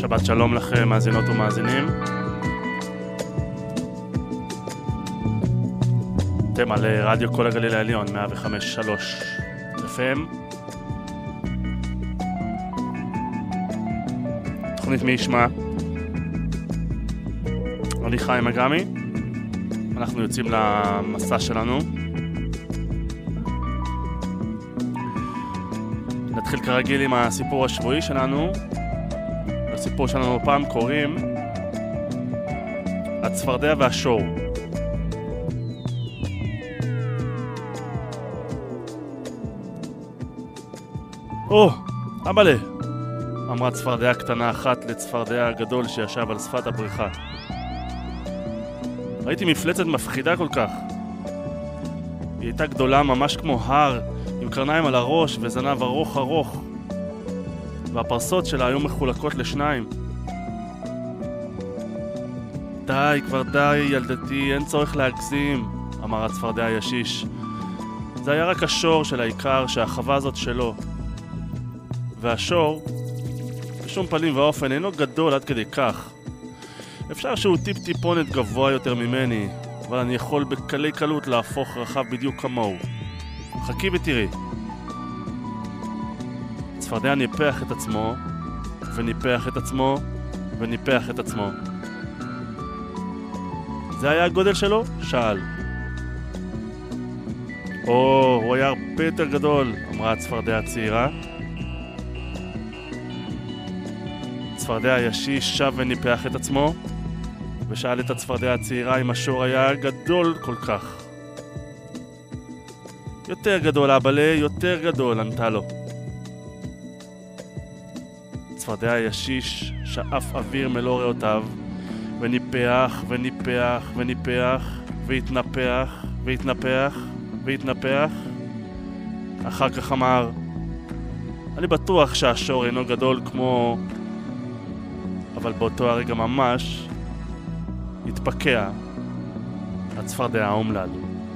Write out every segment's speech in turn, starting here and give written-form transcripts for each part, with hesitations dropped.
שבת שלום לכם, מאזינות ומאזינים. אתם על רדיו כל הגליל העליון, 105.3 FM. תוכנית מי ישמע. אני חיים אגמי. אנחנו יוצאים למסע שלנו. נתחיל כרגיל עם הסיפור השבועי שלנו. הסיפור שלנו פעם קוראים הצפרדע והשור. אבאלה, אמרה צפרדע קטנה אחת לצפרדע הגדול שישב על שפת הבריכה. ראיתי מפלצת מפחידה כל כך. היא הייתה גדולה ממש כמו הר, עם קרניים על הראש וזנב ארוך ארוך, והפרסות שלה היו מחולקות לשניים. די, כבר די, ילדתי, אין צורך להגזים, אמר הצפרדע הישיש. זה היה רק השור של העיקר, שהחווה הזאת שלו. והשור, בשום פנים ואופן, אינו גדול עד כדי כך. אפשר שהוא טיפונת גבוה יותר ממני, אבל אני יכול בקלי קלות להפוך רחב בדיוק כמוהו. חכי ותראי. צפרדע ניפח את עצמו, וניפח את עצמו, וניפח את עצמו. זה היה הגודל שלו? שאל. הוא היה הרבה יותר גדול, אמרה הצפרדע הצעירה. הצפרדע הישיש שב וניפח את עצמו, ושאל את הצפרדע הצעירה אם השור היה גדול כל כך. יותר גדול, אבאלה, יותר גדול, ענתה לו. הצפרדע הישיש שאף אוויר מלוא ריאותיו, וניפח וניפח וניפח, והתנפח והתנפח והתנפח. אחר כך אמר, אני בטוח שהשור אינו גדול כמו... אבל באותו הרגע ממש התפקע הצפרדע האומלל.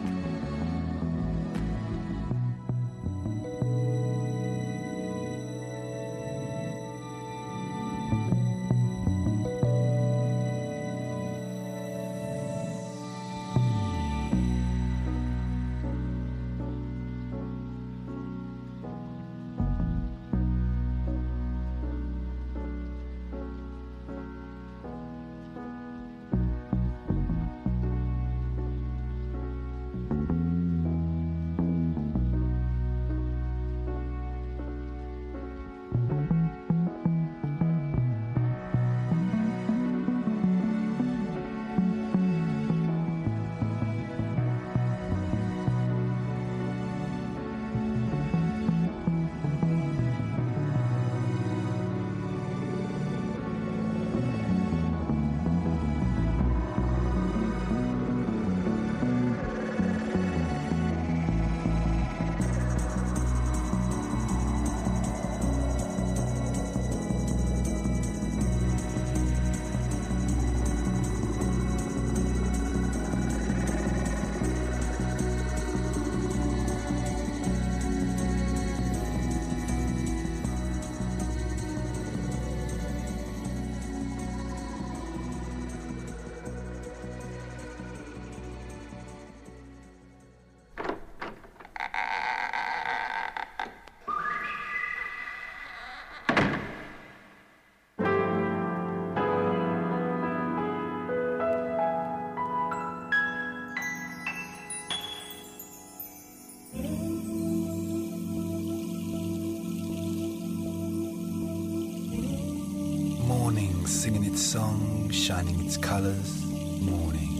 Singing its song, shining its colors, morning.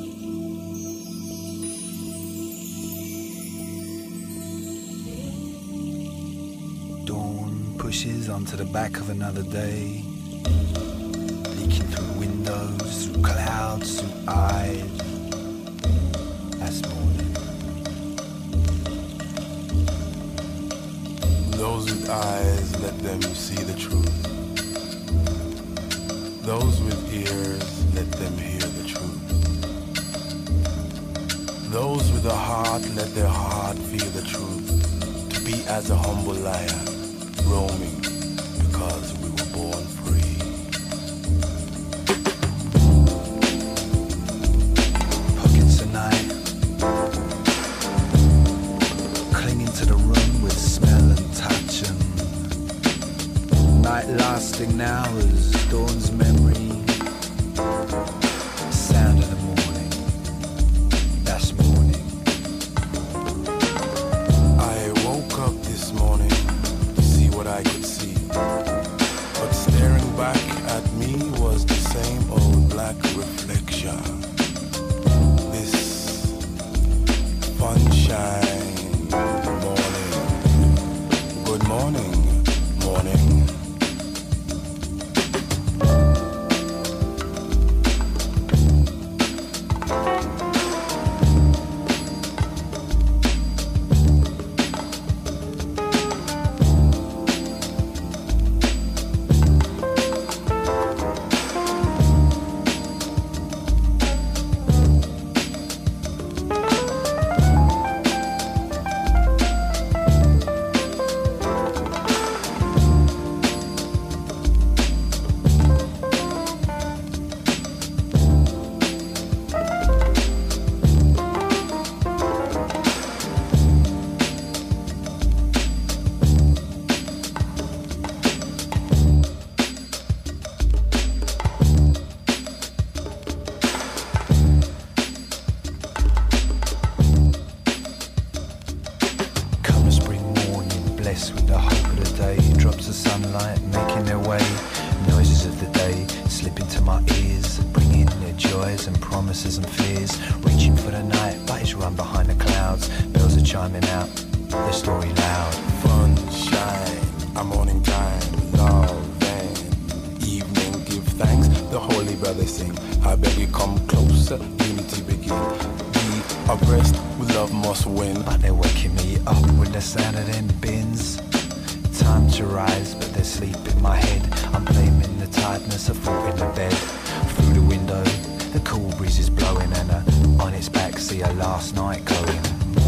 Dawn pushes onto the back of another day, leaking through windows, through clouds, through eyes. That's morning. Those with eyes, let them see the truth. Those with ears, let them hear the truth. Those with a heart, let their heart feel the truth. To be as a humble lion, roaming, because we were born free. bliss with the hope of the day. Drops of sunlight making their way. Noises of the day slip into my ears, bringing their joys and promises and fears. Reaching for the night, but it's run behind the clouds. Bells are chiming out, their story loud. Fun, shine, a morning time, love and evening. Give thanks, the holy brothers sing. I beg you come closer, unity begin. Be oppressed, with love must win. But they're waking me up with the sound of them bins. Time to rise, but there's sleep in my head. I'm blaming the tiredness of thought in the bed. Through the window, the cool breeze is blowing, and on its back see a last night going.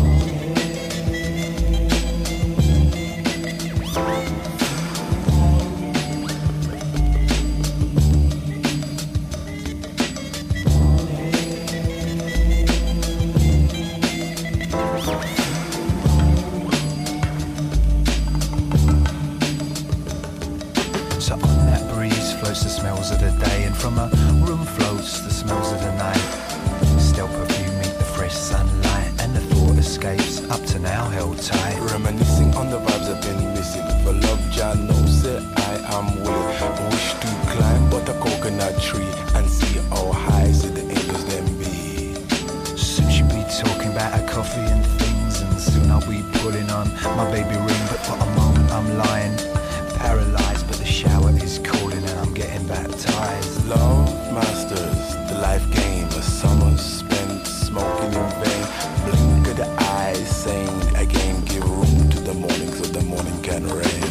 From a room floats the smells of the night. Still perfume meet the fresh sunlight, and the thought escapes up to now held tight. Reminiscing on the vibes I've been missing. For love, Jah knows that I am willing. Wish to climb but a coconut tree and see how high so the angels them be. Soon she'll be talking about her coffee and things, and soon I'll be putting on my baby ring. But for a moment I'm lying, paralyzed, but the shower is calling and I'm getting baptized. Love masters the life game. A summer spent smoking in vain. Blink of the eyes, saying again, give room to the morning so the morning can rain.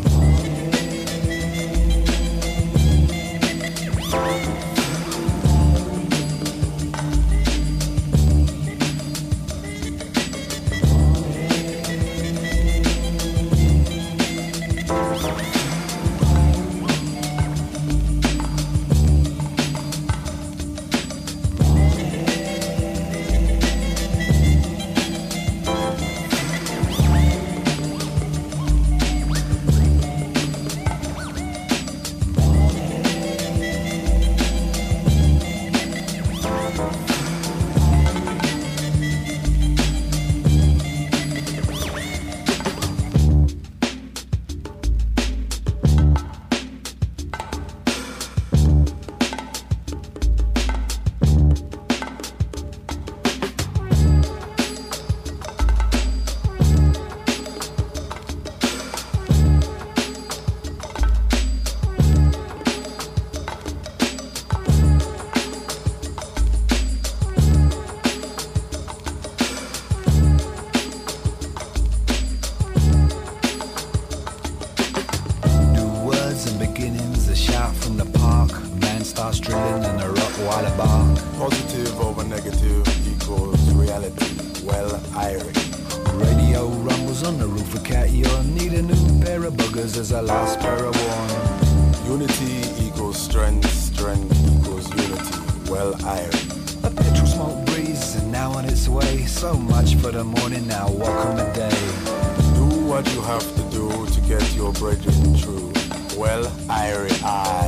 Positive over negative equals reality. Well, Irie. Radio rumbles on the roof of Catio. Need a new pair of buggers as a last pair of one. Unity equals strength. Strength equals unity. Well, Irie. A petrol smoke breeze and now on its way. So much for the morning, now welcome the day. Do what you have to do to get your brethren through. Well, Irie,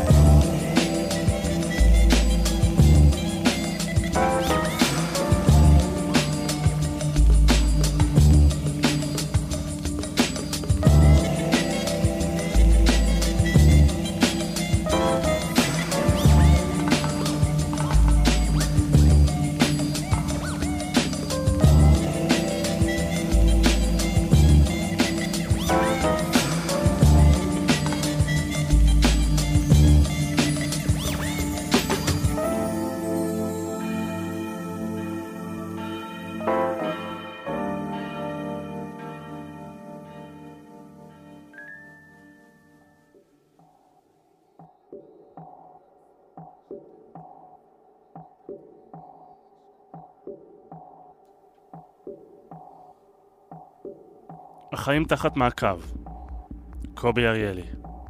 החיים תחת מעקב. קובי אריאלי.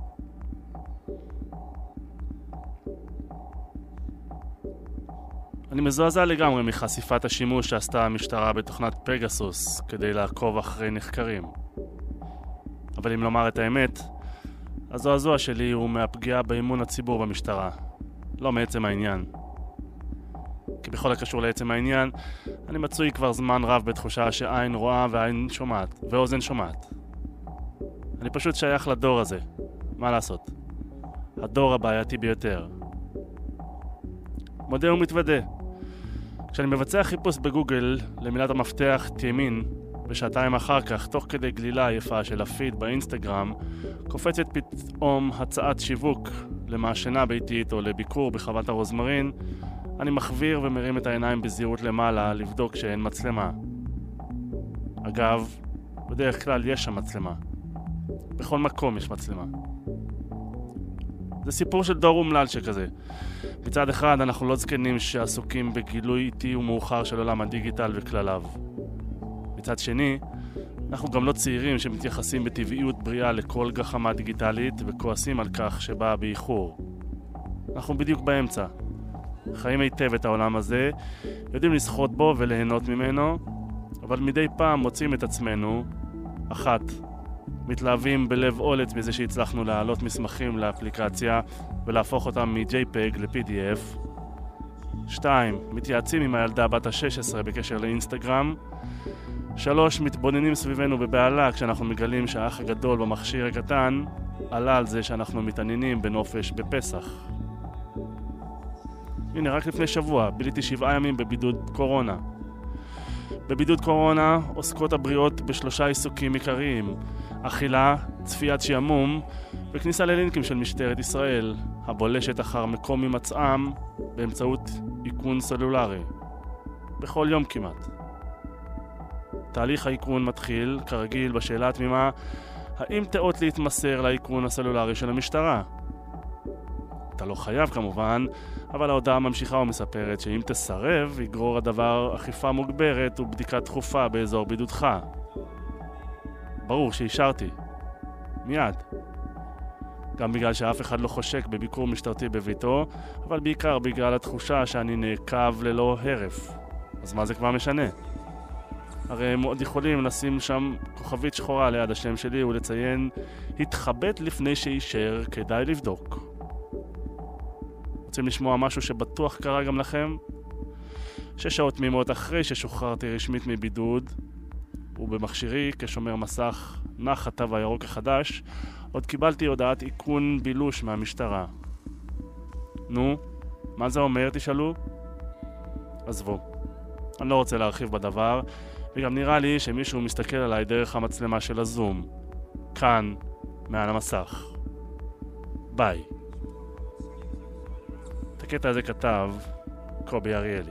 אני מזועזע לגמרי מחשיפת השימוש שעשתה המשטרה בתוכנת פגסוס כדי לעקוב אחרי נחקרים. אבל אם לומר את האמת, הזועזוע שלי הוא מהפגיעה באמון הציבור במשטרה, לא מעצם העניין. כי בכל הקשור לעצם העניין, אני מצוי כבר זמן רב בתחושה שעין רואה ועין שומעת, ואוזן שומעת. אני פשוט שייך לדור הזה. מה לעשות? הדור הבעייתי ביותר. מודה ומתוודה. כשאני מבצע חיפוש בגוגל למילת המפתח תימין, ושעתיים אחר כך, תוך כדי גלילה יפה של הפיד באינסטגרם, קופצת פתאום הצעת שיווק למעשנה ביתית או לביקור בחוות הרוזמרין, אני מחביר ומרים את העיניים בזהירות למעלה לבדוק שאין מצלמה. אגב, בדרך כלל יש שם מצלמה. בכל מקום יש מצלמה. זה סיפור של דור אומלל שכזה. מצד אחד אנחנו לא זקנים שעסוקים בגילוי איטי ומאוחר של עולם הדיגיטל וכלליו. מצד שני, אנחנו גם לא צעירים שמתייחסים בטבעיות בריאה לכל גחמה דיגיטלית וכועסים על כך שבאה באיחור. אנחנו בדיוק באמצע. חיים היטב את העולם הזה, יודעים לשחות בו וליהנות ממנו, אבל מדי פעם מוצאים את עצמנו, אחת, מתלהבים בלב עולת מזה שהצלחנו להעלות מסמכים לאפליקציה ולהפוך אותם מ-JPEG ל-PDF. 2. מתייעצים עם הילדה בת ה-16 בקשר לאינסטגרם. 3. מתבוננים סביבנו בבעלה כשאנחנו מגלים שהאח הגדול במכשיר הקטן עלה על זה שאנחנו מתעניינים בנופש בפסח. הנה, רק לפני שבוע ביליתי 7 ימים בבידוד קורונה. בבידוד קורונה עוסקות הבריאות ב3 עיסוקים עיקריים: אכילה, צפיית שעמום וכניסה ללינקים של משטרת ישראל, הבולשת אחר מקום ממצאם באמצעות איכון סלולרי. בכל יום כמעט. תהליך האיכון מתחיל, כרגיל, בשאלה התמימה, האם תאות להתמסר לאיכון הסלולרי של המשטרה? אתה לא חייב כמובן, אבל ההודעה ממשיכה ומספרת שאם תסרב, יגרור הדבר אכיפה מוגברת ובדיקה דחופה באזור בידודך. ברור שהשארתי. מיד. גם בגלל שאף אחד לא חושק בביקור משטרתי בביתו, אבל בעיקר בגלל התחושה שאני נעקב ללא הרף. אז מה זה כבר משנה? הרי הם עוד יכולים לשים שם כוכבית שחורה ליד השם שלי ולציין התחבט לפני שישר, כדאי לבדוק. רוצים לשמוע משהו שבטוח קרה גם לכם? 6 שעות תמימות אחרי ששוחררתי רשמית מבידוד ובמכשירי כשומר מסך נח התו הירוק החדש, עוד קיבלתי הודעת איכון בילוש מהמשטרה. נו, מה זה אומר, תשאלו? עזבו, אני לא רוצה להרחיב בדבר, וגם נראה לי שמישהו מסתכל עליי דרך המצלמה של הזום. כאן, מעל המסך. ביי. את הקטע הזה כתב קובי אריאלי.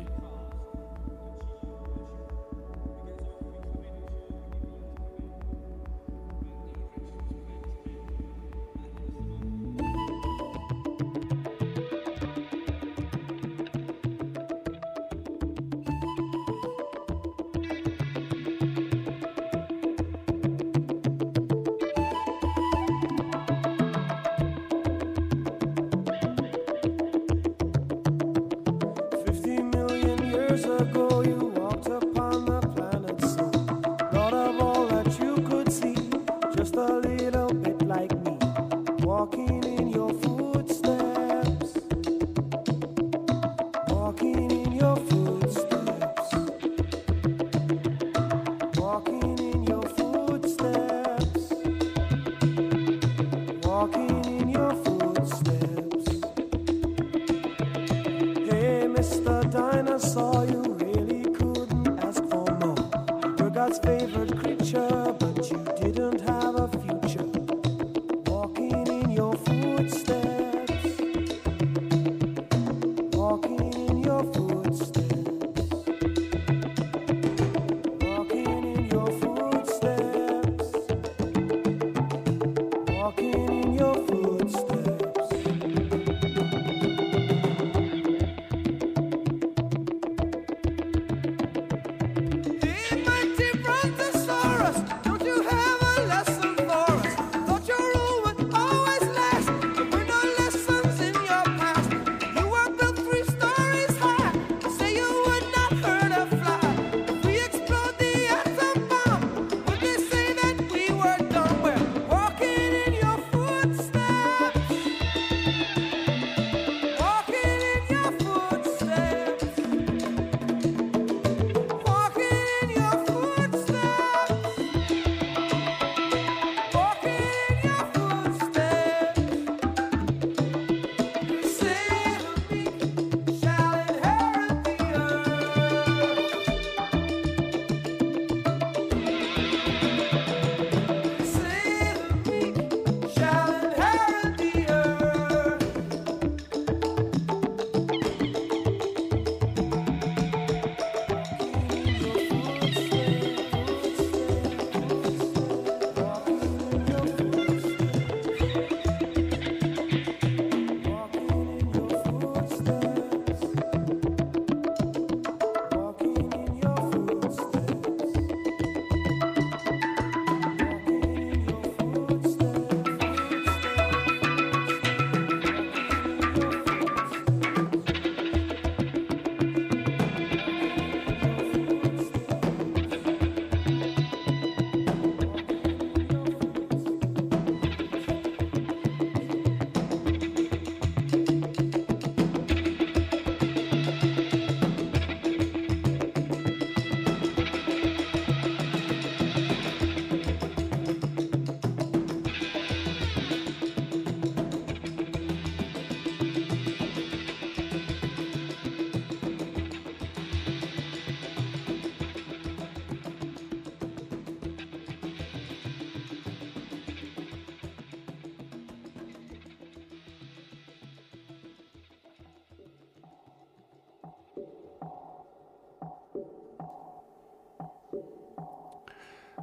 It might run the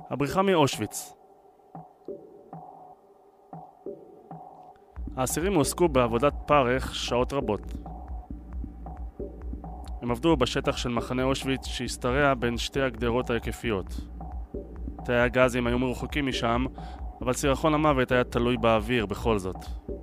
הבריחה מאושוויץ. האסירים הועסקו בעבודת פרך שעות רבות. הם עבדו בשטח של מחנה אושוויץ שהשתרע בין שתי הגדרות ההיקפיות. תאי הגזים היו מרוחקים משם, אבל סירחון המוות היה תלוי באוויר בכל זאת.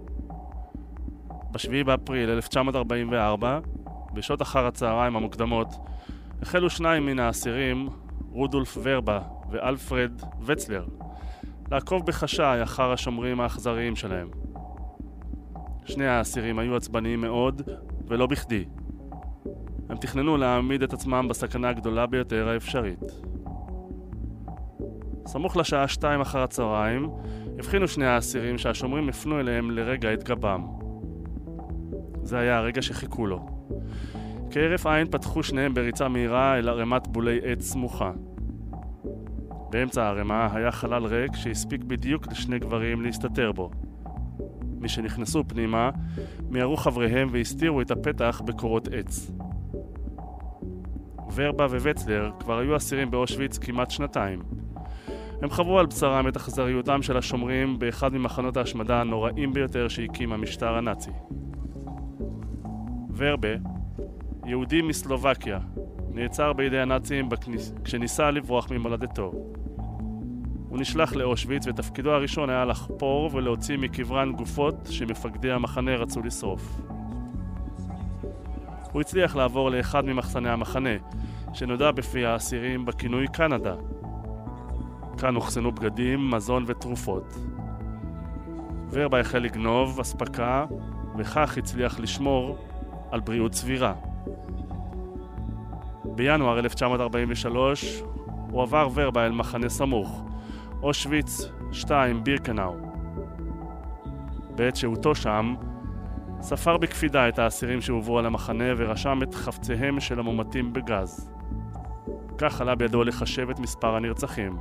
ב-7 באפריל 1944, בשעות אחר הצהריים המוקדמות, החלו שניים מן האסירים, רודולף ורבה ואלפרד וצלר, לעקוב בחשאי אחר השומרים האכזריים שלהם. שני האסירים היו עצבניים מאוד, ולא בכדי. הם תכננו להעמיד את עצמם בסכנה הגדולה ביותר האפשרית. סמוך לשעה 2 אחר הצהריים, הבחינו שני האסירים שהשומרים הפנו אליהם לרגע את גבם. זה היה הרגע שחיכו לו. כהרף עין פתחו שניהם בריצה מהירה אל ערימת בולי עץ סמוכה. באמצע הערימה היה חלל ריק שהספיק בדיוק לשני גברים להסתתר בו. מי שנכנסו פנימה, מיהרו חבריהם והסתירו את הפתח בקורות עץ. ורבה ווצלר כבר היו אסירים באושוויץ כמעט שנתיים. הם חוו על בשרם את אכזריותם של השומרים באחד ממחנות ההשמדה הנוראים ביותר שהקים המשטר הנאצי. ורבה, יהודי מסלובקיה, נעצר בידי הנאצים כשניסה לברוח ממולדתו. הוא נשלח לאושוויץ ותפקידו הראשון היה לחפור ולהוציא מקברן גופות שמפקדי המחנה רצו לשרוף. הוא הצליח לעבור לאחד ממחסני המחנה, שנודע בפי האסירים בכינוי קנדה. כאן הוחסנו בגדים, מזון ותרופות. ורבה החל לגנוב, אספקה, וכך הצליח לשמור על בריאות סבירה. בינואר 1943 הוא עבר ורבה אל מחנה סמוך, אושוויץ 2 בירקנאו. בעת שהותו שם, ספר בקפידה את האסירים שהובאו על המחנה ורשם את חפציהם של המומתים בגז. כך עלה בידו לחשב את מספר הנרצחים.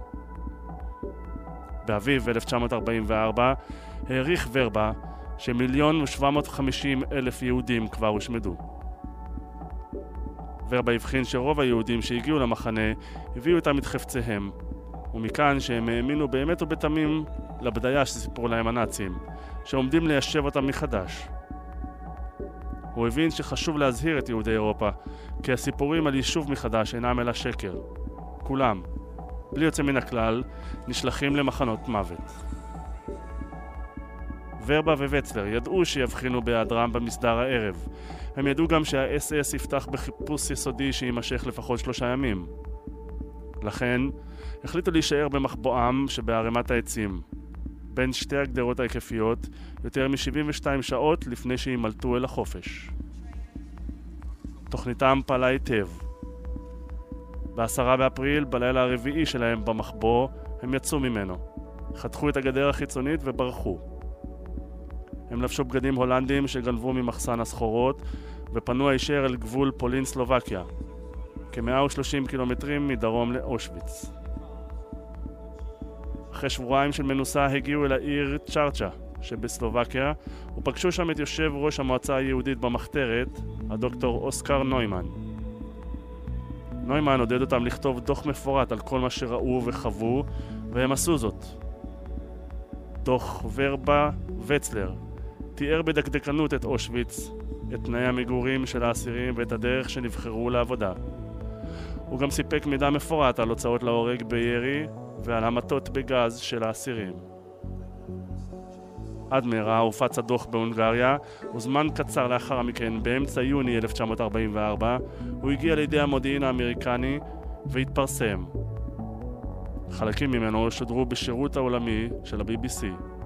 באביב 1944 העריך ורבה ש1,750,000 יהודים כבר הושמדו. ורבה הבחין שרוב היהודים שהגיעו למחנה הביאו איתם את חפציהם, ומכאן שהם האמינו באמת ובתמים לבדיה שסיפרו להם הנאצים, שעומדים ליישב אותם מחדש. הוא הבין שחשוב להזהיר את יהודי אירופה, כי הסיפורים על יישוב מחדש אינם אלא שקר. כולם, בלי יוצא מן הכלל, נשלחים למחנות מוות. ורבה ווצלר ידעו שיבחינו בהיעדרם במסדר הערב. הם ידעו גם שה-SS יפתח בחיפוש יסודי שימשך לפחות 3 ימים. לכן, החליטו להישאר במחבואם שבערימת העצים, בין שתי הגדרות ההיקפיות, יותר מ-72 שעות לפני שימלטו אל החופש. תוכניתם פעלה היטב. ב10 באפריל, בלילה הרביעי שלהם במחבוא, הם יצאו ממנו. חתכו את הגדר החיצונית וברחו. הם לבשו בגדים הולנדים שגנבו ממחסן הסחורות ופנו הישר אל גבול פולין-סלובקיה, כ-130 קילומטרים מדרום לאושוויץ. אחרי שבועיים של מנוסה הגיעו אל העיר צ'רצ'ה שבסלובקיה ופגשו שם את יושב ראש המועצה היהודית במחתרת, הדוקטור אוסקר נוימן. נוימן עודד אותם לכתוב דוח מפורט על כל מה שראו וחוו, והם עשו זאת. דוח ורבה וצלר תיאר בדקדקנות את אושוויץ, את תנאי המגורים של האסירים ואת הדרך שנבחרו לעבודה. הוא גם סיפק מידע מפורט על הוצאות להורג בירי ועל המתות בגז של האסירים. עד מהרה הופץ הדוח בהונגריה, וזמן קצר לאחר מכן, באמצע יוני 1944, הוא הגיע לידי המודיעין האמריקני והתפרסם. חלקים ממנו שודרו בשירות העולמי של ה-BBC.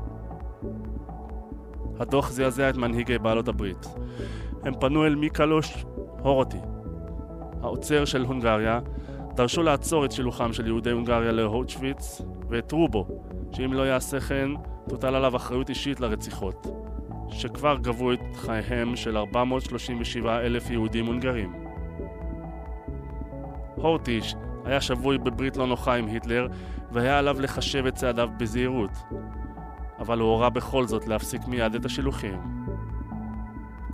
הדוח זעזע את מנהיגי בעלות הברית. הם פנו אל מיקלוש הורוטי, העוצר של הונגריה, דרשו לעצור את שילוחם של יהודי הונגריה לאושוויץ, והתרו בו שאם לא יעשה כן, תוטל עליו אחריות אישית לרציחות, שכבר גבו את חייהם של 437,000 יהודים הונגרים. הורטי היה שבוי בברית לא נוחה עם היטלר, והיה עליו לחשב את צעדיו בזהירות, אבל הוא הורה בכל זאת להפסיק מיד את השילוחים.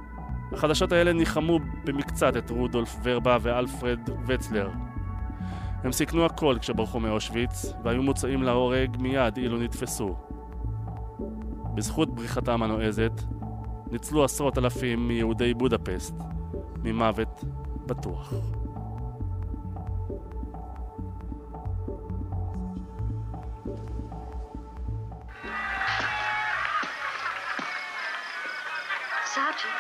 החדשות האלה ניחמו במקצת את רודולף ורבה ואלפרד וצלר. הם סיכנו הכל כשברחו מאושוויץ, והיו מוצאים להורג מיד אילו נתפסו. בזכות בריחתם הנועזת, ניצלו עשרות אלפים מיהודי בודפסט, ממוות בטוח. Sergeant.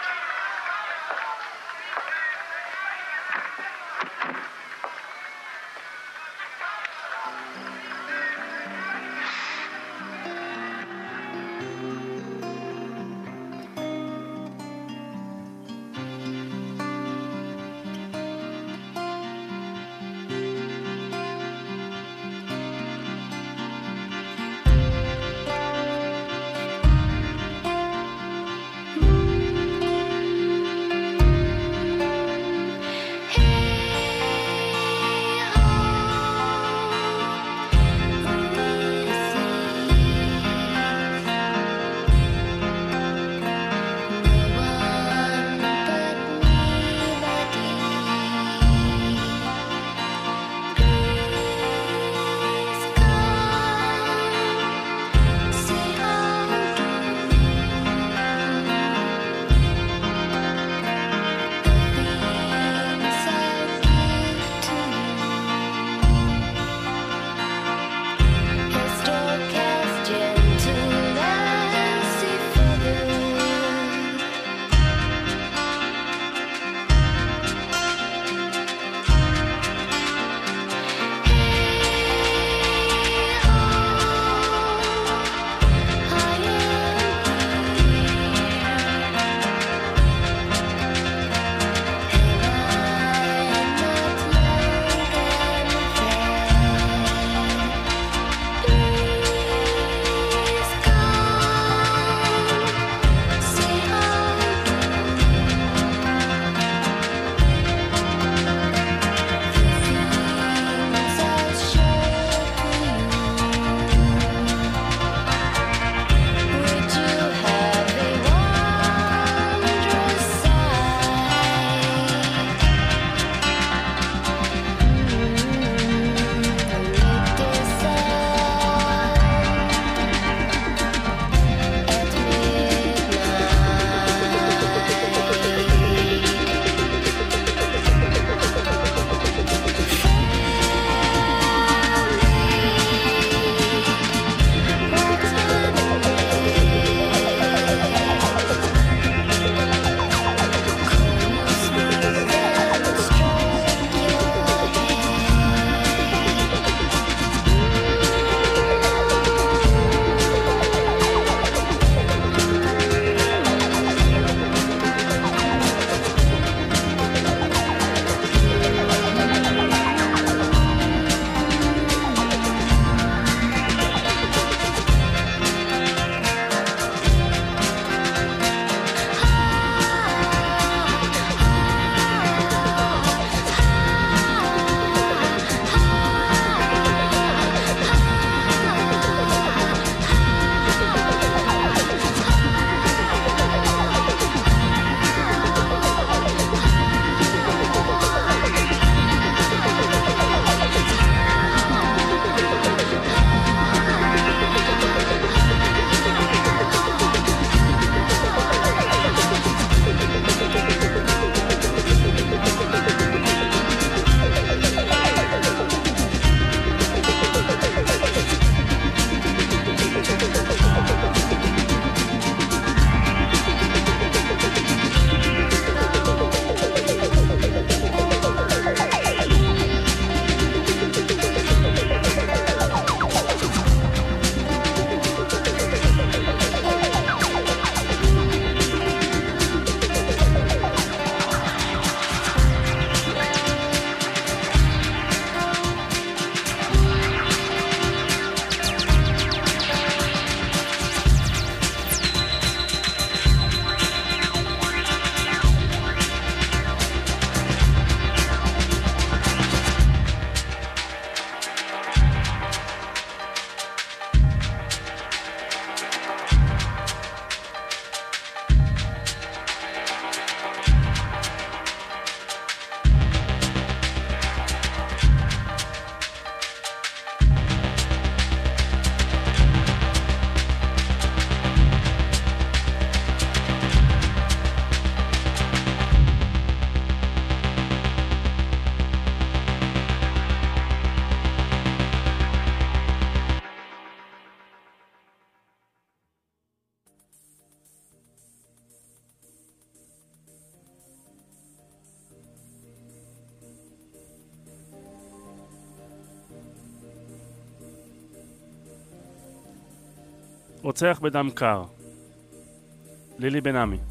רוצח בדם קר. לילי בן עמי.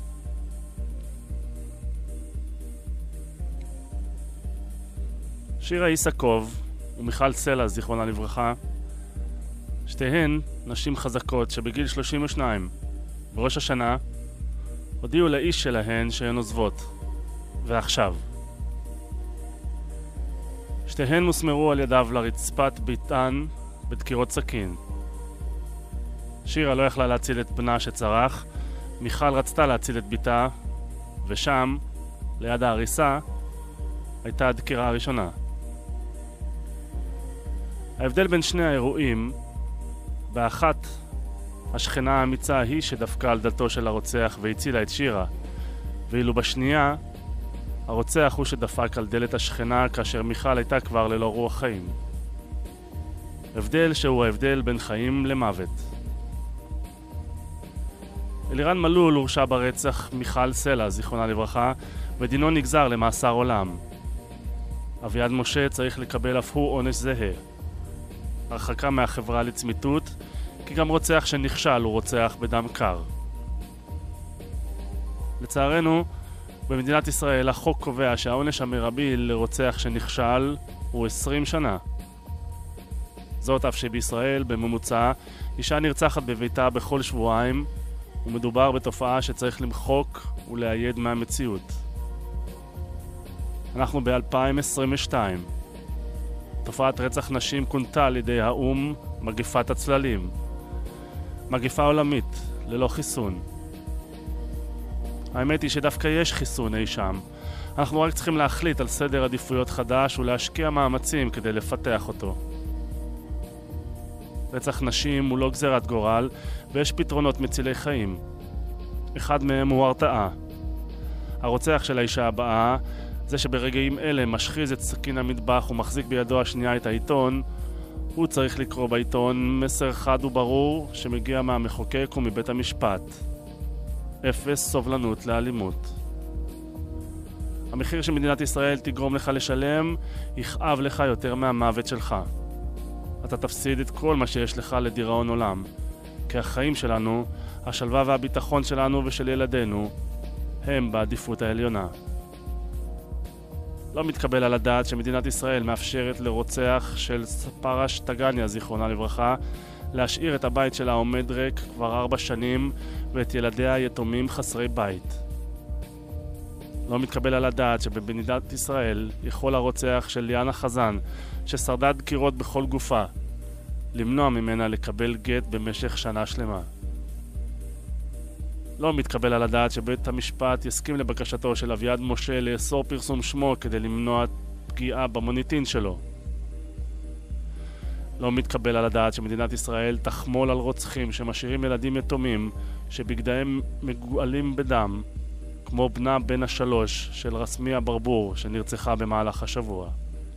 שירה איסקוב ומיכל סלע, זיכרונה לברכה, שתיהן נשים חזקות שבגיל 32 בראש השנה הודיעו לאיש שלהן שהן עוזבות. ועכשיו שתיהן מוסמרו על ידיו לרצפת ביתן בדקירות סכין. שירה לא יכלה להציל את בנה שצרח, מיכל רצתה להציל את ביתה, ושם, ליד ההריסה, הייתה הדקירה הראשונה. ההבדל בין שני האירועים, באחת, השכנה האמיצה היא שדפקה על דלתו של הרוצח והצילה את שירה, ואילו בשנייה, הרוצח הוא שדפק על דלת השכנה כאשר מיכל הייתה כבר ללא רוח חיים. הבדל שהוא ההבדל בין חיים למוות. אלירן מלול הורשע ברצח מיכל סלע, זיכרונה לברכה, ודינו נגזר למאסר עולם. אביעד משה צריך לקבל אף הוא עונש זהה. הרחקה מהחברה לצמיתות, כי גם רוצח שנכשל הוא רוצח בדם קר. לצערנו, במדינת ישראל החוק קובע שהעונש המרבי לרוצח שנכשל הוא 20 שנה. זאת אף שבישראל, בממוצע, אישה נרצחת בביתה בכל שבועיים, ומדובר בתופעה שצריך למחוק ולהייד מהמציאות. אנחנו ב-2022. תופעת רצח נשים כונתה על ידי האום מגפת הצללים. מגפה עולמית, ללא חיסון. האמת היא שדווקא יש חיסון אי שם. אנחנו רק צריכים להחליט על סדר עדיפויות חדש ולהשקיע מאמצים כדי לפתח אותו. רצח נשים הוא לא גזירת גורל, ויש פתרונות מצילי חיים. אחד מהם הוא הרתעה. הרוצח של האישה הבאה, זה שברגעים אלה משחיז את סכין המטבח ומחזיק בידו השנייה את העיתון, הוא צריך לקרוא בעיתון מסר חד וברור שמגיע מהמחוקק ומבית המשפט. אפס סובלנות לאלימות. המחיר שמדינת ישראל תגרום לך לשלם יכאב לך יותר מהמוות שלך. אתה תפסיד את כל מה שיש לך לדיראון עולם, כי החיים שלנו, השלווה והביטחון שלנו ושל ילדינו, הם בעדיפות העליונה. לא מתקבל על הדעת שמדינת ישראל מאפשרת לרוצח של פרש טגניה, זיכרונה לברכה, להשאיר את הבית שלה עומד ריק כבר 4 שנים ואת ילדיה יתומים חסרי בית. לא מתקבל על הדעת שבמדינת ישראל יכול הרוצח של ליאנה חזן, ששרדה דקירות בכל גופה, למנוע ממנה לקבל גט במשך שנה שלמה. לא מתקבל על הדעת שבית המשפט יסכים לבקשתו של אביעד משה לאסור פרסום שמו כדי למנוע פגיעה במוניטין שלו. לא מתקבל על הדעת שמדינת ישראל תחמול על רוצחים שמשאירים ילדים יתומים שבגדיהם מגועלים בדם, כמו בנה בן 3 של רסמיה ברבור שנרצחה במהלך השבוע.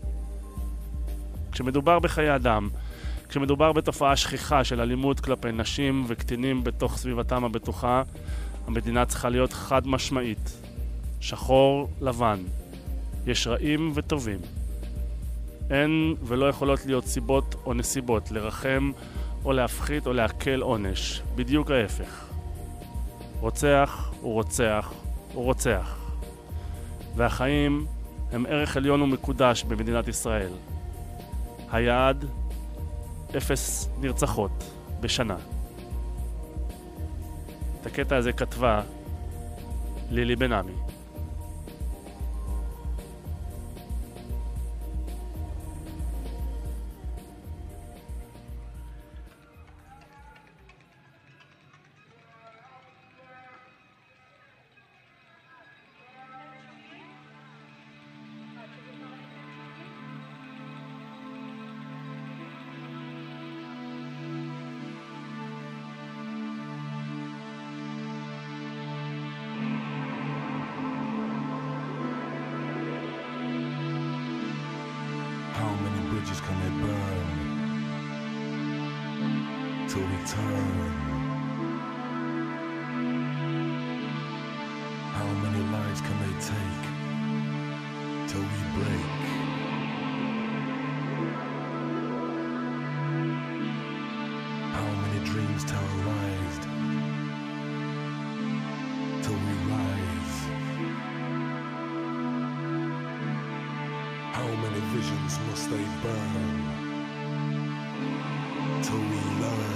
כשמדובר בחיי אדם, כשמדובר בתופעה שכיחה של אלימות כלפי נשים וקטינים בתוך סביבתם הבטוחה, המדינה צריכה להיות חד משמעית. שחור לבן. יש רעים וטובים. אין ולא יכולות להיות סיבות או נסיבות לרחם או להפחית או להקל עונש. בדיוק ההפך. רוצח הוא רוצח הוא רוצח. והחיים הם ערך עליון ומקודש במדינת ישראל. היעד 0 נרצחות בשנה. את הקטע הזה כתבה לילי בן עמי. How many bridges can they burn till we turn? How many lives can they take till we break? How many dreams visions terrorized till we rise. How many visions must they burn till we learn?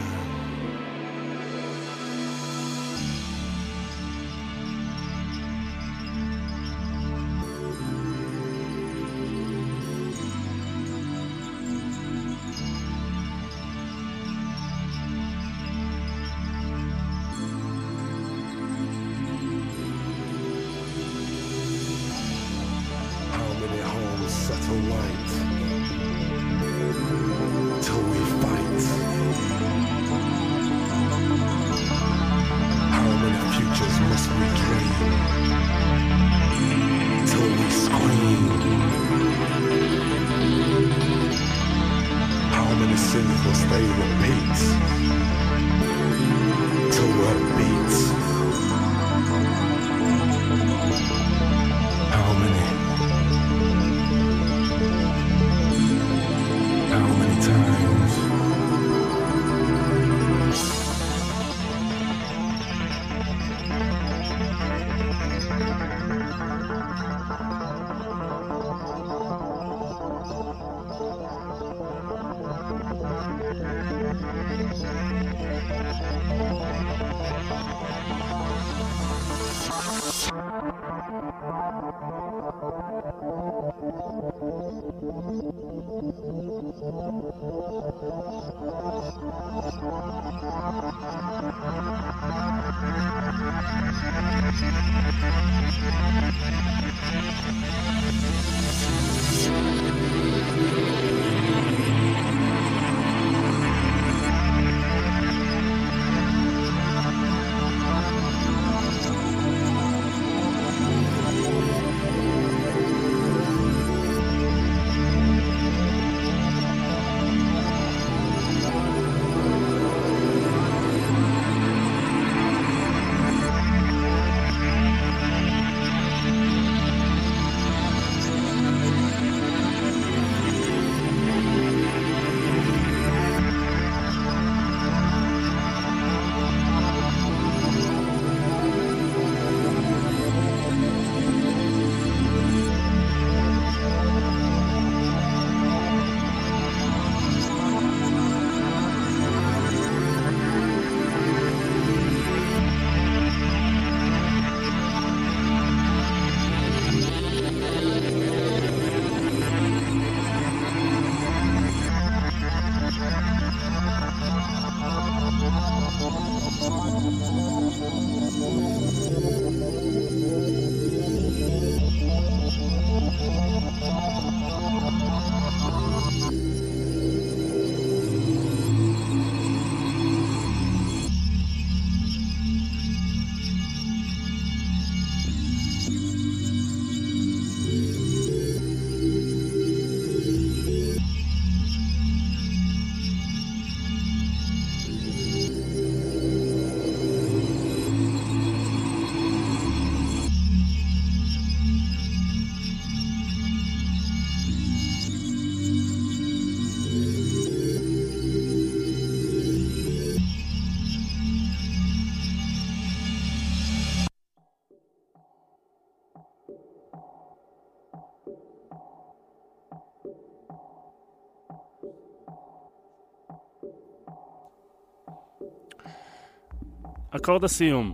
אקורד הסיום,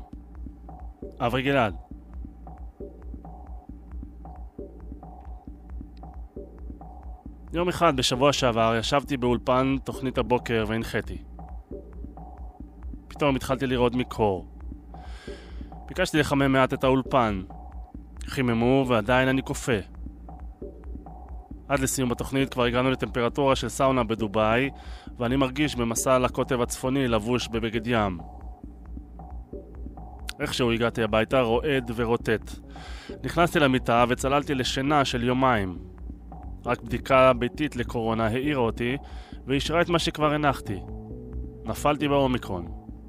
אברי גלעד. יום אחד בשבוע שעבר ישבתי באולפן תוכנית הבוקר והנחיתי. פתאום התחלתי לראות מקור. ביקשתי לחמם מעט את האולפן. חיממו ועדיין אני קופא. עד לסיום התוכנית כבר הגענו לטמפרטורה של סאונה בדובאי, ואני מרגיש במסע לקוטב הצפוני לבוש בבגד ים. איכשהו הגעתי הביתה רועד ורוטט. נכנסתי למיטה וצללתי לשינה של יומיים. רק בדיקה ביתית לקורונה העירה אותי והשארה את מה שכבר הנחתי. נפלתי באומיקרון.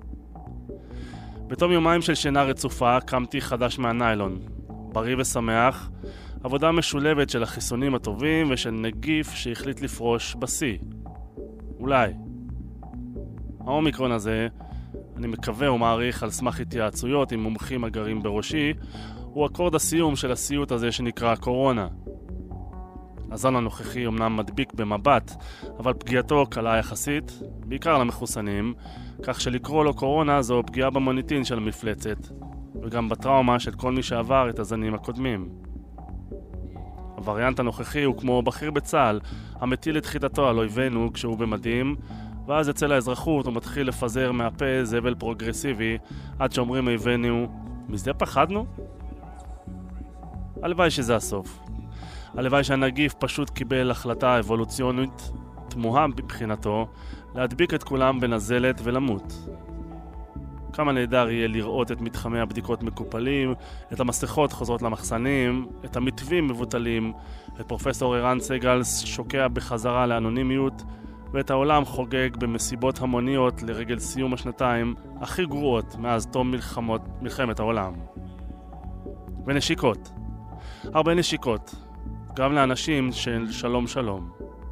בתום יומיים של שינה רצופה קמתי חדש מהניילון. בריא ושמח, עבודה משולבת של החיסונים הטובים ושל נגיף שהחליט לפרוש בשיא. אולי. האומיקרון הזה אני מקווה ומעריך על סמך התייעצויות עם מומחים הגרים בראשי, הוא אקורד הסיום של הסיוט הזה שנקרא קורונה. הזן הנוכחי אמנם מדביק במבט, אבל פגיעתו קלה יחסית, בעיקר למחוסנים, כך שלקרוא לו קורונה זו פגיעה במוניטין של המפלצת, וגם בטראומה של כל מי שעבר את הזנים הקודמים. הווריאנט הנוכחי הוא כמו בכיר בצה"ל, המטיל את חידתו על אויבינו כשהוא במדים, ואז אצל האזרחות הוא מתחיל לפזר מהפה זבל פרוגרסיבי, עד שאומרים אויבינו, מזה פחדנו? הלוואי שזה הסוף. הלוואי שהנגיף פשוט קיבל החלטה אבולוציונית תמוהה מבחינתו, להדביק את כולם בנזלת ולמות. כמה נהדר יהיה לראות את מתחמי הבדיקות מקופלים, את המסכות חוזרות למחסנים, את המתווים מבוטלים, את פרופסור ערן סגל שוקע בחזרה לאנונימיות, ואת העולם חוגג במסיבות המוניות לרגל סיום השנתיים הכי גרועות מאז תום מלחמת העולם. ונשיקות. הרבה נשיקות. גם לאנשים של שלום שלום.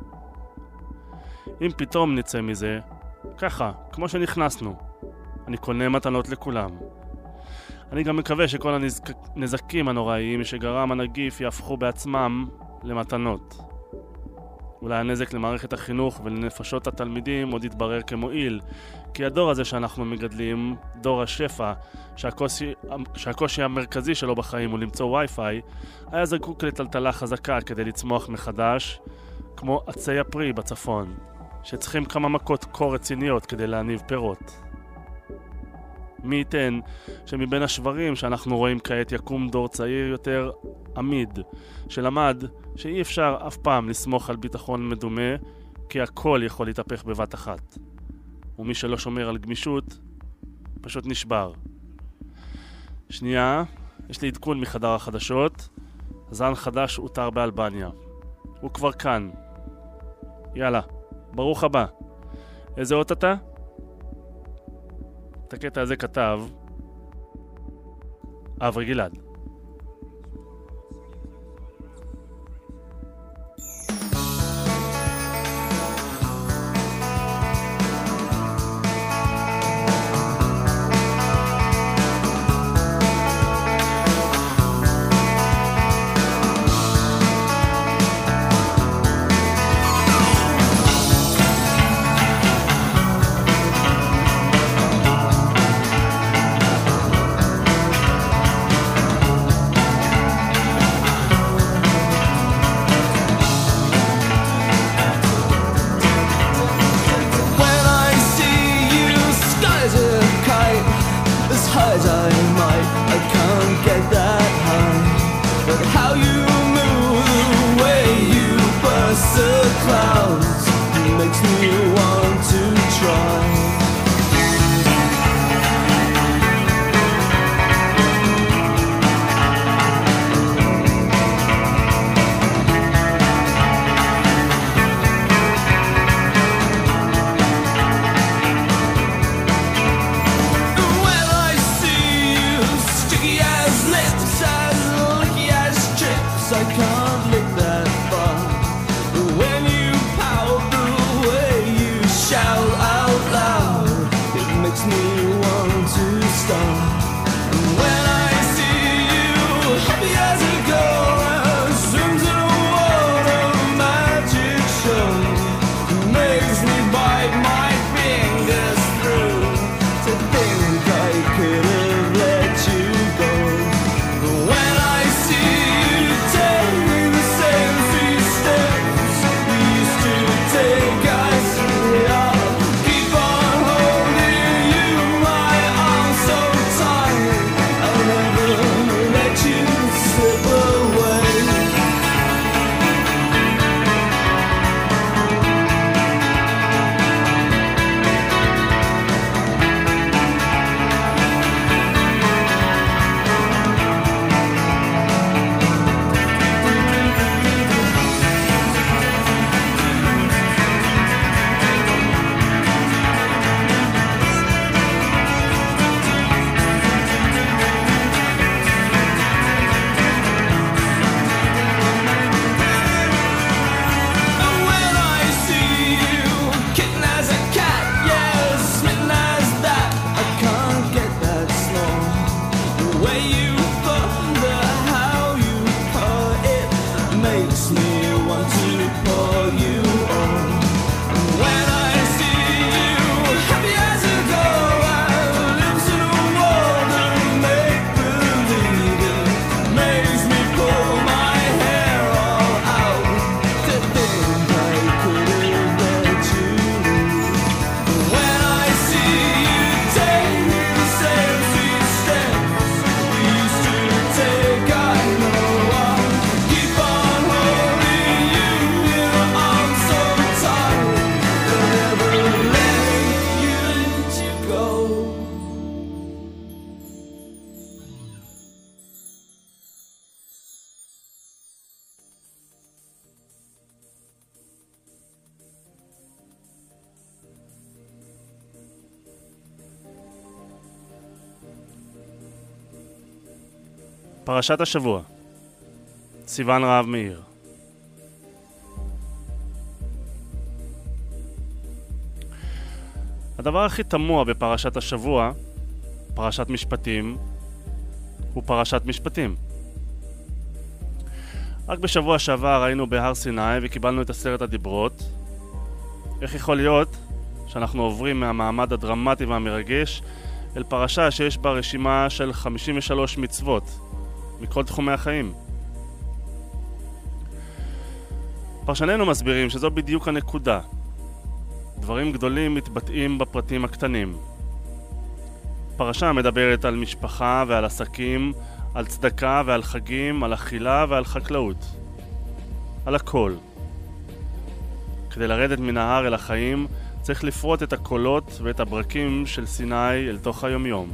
אם פתאום נצא מזה, ככה, כמו שנכנסנו, אני קונה מתנות לכולם. אני גם מקווה שכל הנזקים הנוראיים שגרם הנגיף יהפכו בעצמם למתנות. אולי הנזק למערכת החינוך ולנפשות התלמידים עוד יתברר כמועיל, כי הדור הזה שאנחנו מגדלים, דור השפע, שהקושי המרכזי שלו בחיים הוא למצוא וי-פיי, היה זקוק לטלטלה חזקה כדי לצמוח מחדש, כמו עצי הפרי בצפון, שצריכים כמה מכות קור רציניות כדי להניב פירות. מי ייתן שמבין השברים שאנחנו רואים כעת יקום דור צעיר יותר עמיד, שלמד שאי אפשר אף פעם לסמוך על ביטחון מדומה, כי הכל יכול להתהפך בבת אחת. ומי שלא שומר על גמישות, פשוט נשבר. שנייה, יש לי עדכון מחדר החדשות. זן חדש הותר באלבניה. הוא כבר כאן. יאללה, ברוך הבא. איזה אות אתה? את הקטע הזה כתב אברי גלעד. פרשת השבוע, סיוון רהב מאיר. הדבר הכי תמוה בפרשת השבוע, פרשת משפטים, הוא פרשת משפטים. רק בשבוע שעבר היינו בהר סיני וקיבלנו את 10 הדיברות. איך יכול להיות שאנחנו עוברים מהמעמד הדרמטי והמרגש אל פרשה שיש בה רשימה של 53 מצוות מכל תחומי החיים? פרשנינו מסבירים שזו בדיוק הנקודה. דברים גדולים מתבטאים בפרטים הקטנים. פרשה מדברת על משפחה ועל עסקים, על צדקה ועל חגים, על אכילה ועל חקלאות. על הכל. כדי לרדת מן ההר אל החיים, צריך לפרוט את הקולות ואת הברקים של סיני אל תוך היומיום.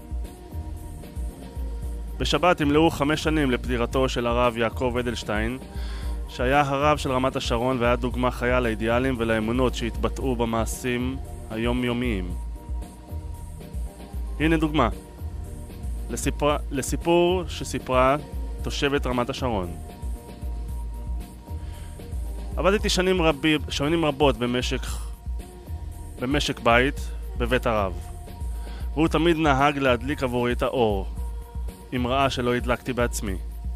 בשבת ימלאו 5 שנים לפטירתו של הרב יעקב אדלשטיין, שהיה הרב של רמת השרון והיה דוגמה חיה לאידיאלים ולאמונות שהתבטאו במעשים היומיומיים. הנה דוגמה לסיפור שסיפרה תושבת רמת השרון. עבדתי שנים רבות במשק בית בבית הרב, והוא תמיד נהג להדליק עבורי את האור, אם ראה שלא הדלקתי בעצמי.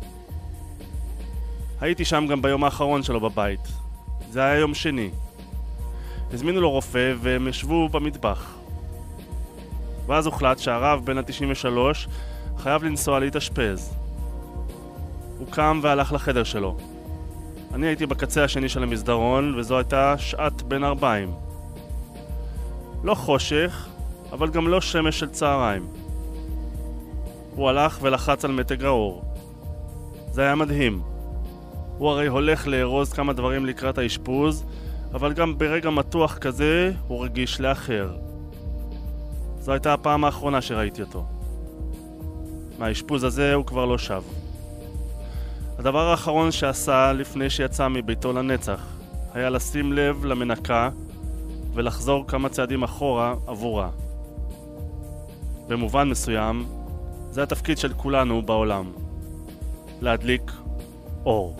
הייתי שם גם ביום האחרון שלו בבית. זה היה יום שני. הזמינו לו רופא והם ישבו במטבח. ואז הוחלט שהרב בן ה-93 חייב לנסוע להתאשפז. הוא קם והלך לחדר שלו. אני הייתי בקצה השני של המסדרון, וזו הייתה שעת בין 40. לא חושך, אבל גם לא שמש של צהריים. הוא הלך ולחץ על מתג האור. זה היה מדהים. הוא הרי הולך לארוז כמה דברים לקראת האשפוז, אבל גם ברגע מתוח כזה הוא רגיש לאחר. זו הייתה הפעם האחרונה שראיתי אותו. מהאשפוז הזה הוא כבר לא שב. הדבר האחרון שעשה לפני שיצא מביתו לנצח היה לשים לב למנקה ולחזור כמה צעדים אחורה עבורה. במובן מסוים, זה התפקיד של כולנו בעולם. להדליק אור.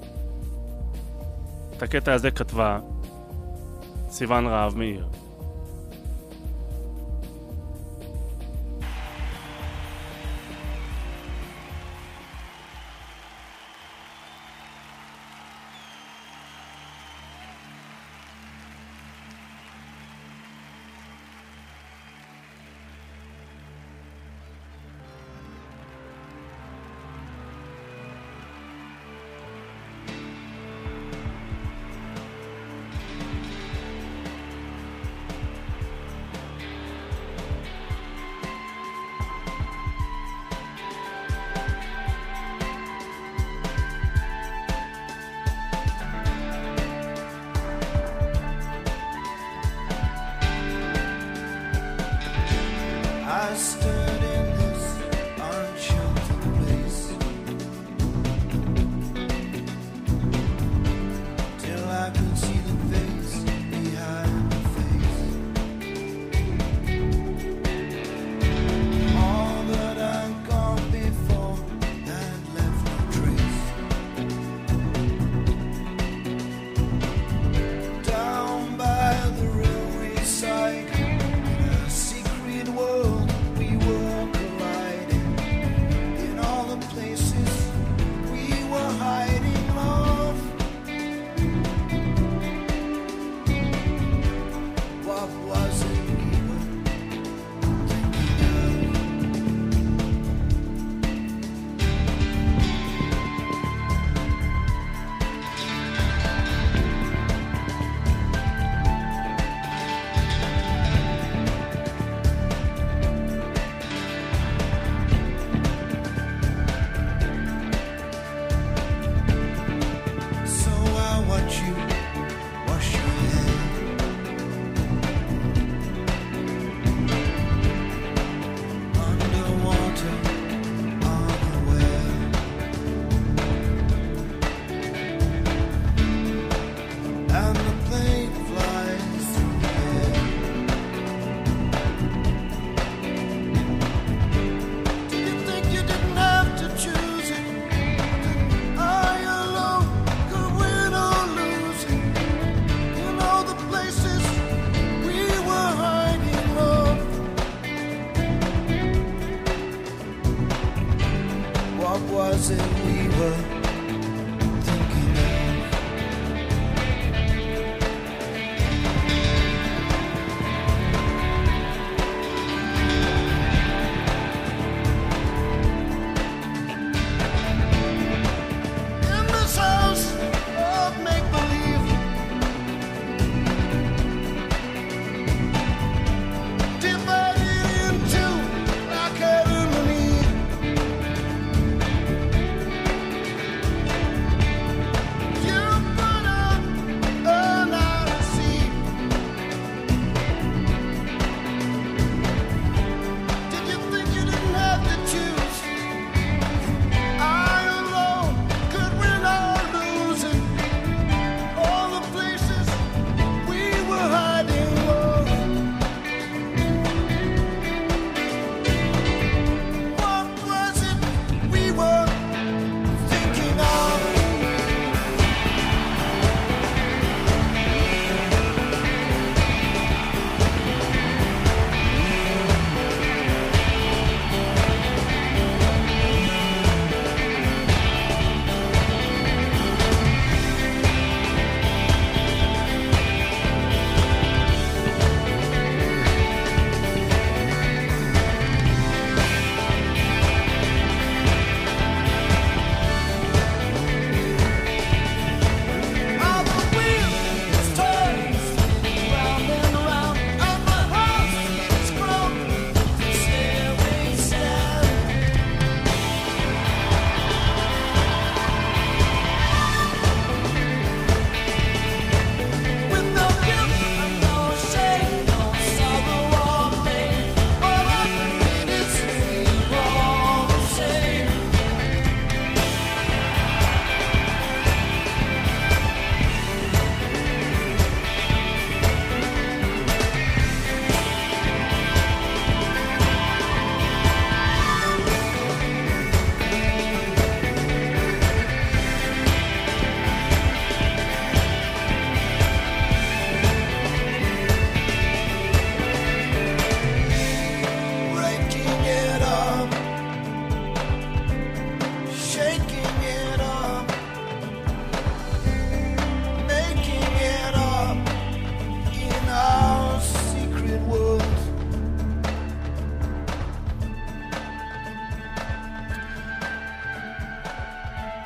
את הקטע הזה כתבה סיוון רהב מאיר.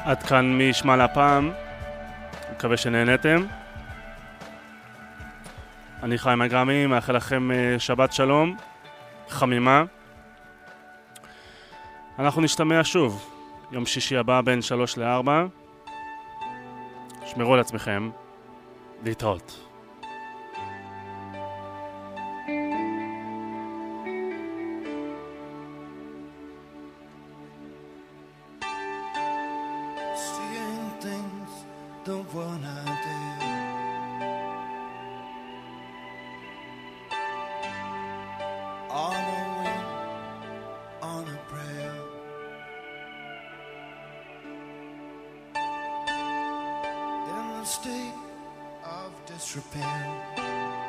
עד כאן מי ישמע להפעם, מקווה שנהנתם. אני חיים אגרמי, מאחל לכם שבת שלום, חמימה. אנחנו נשתמע שוב, יום שישי הבא בין 3 ל-4. שמרו על עצמכם, להתראות. State of disrepair.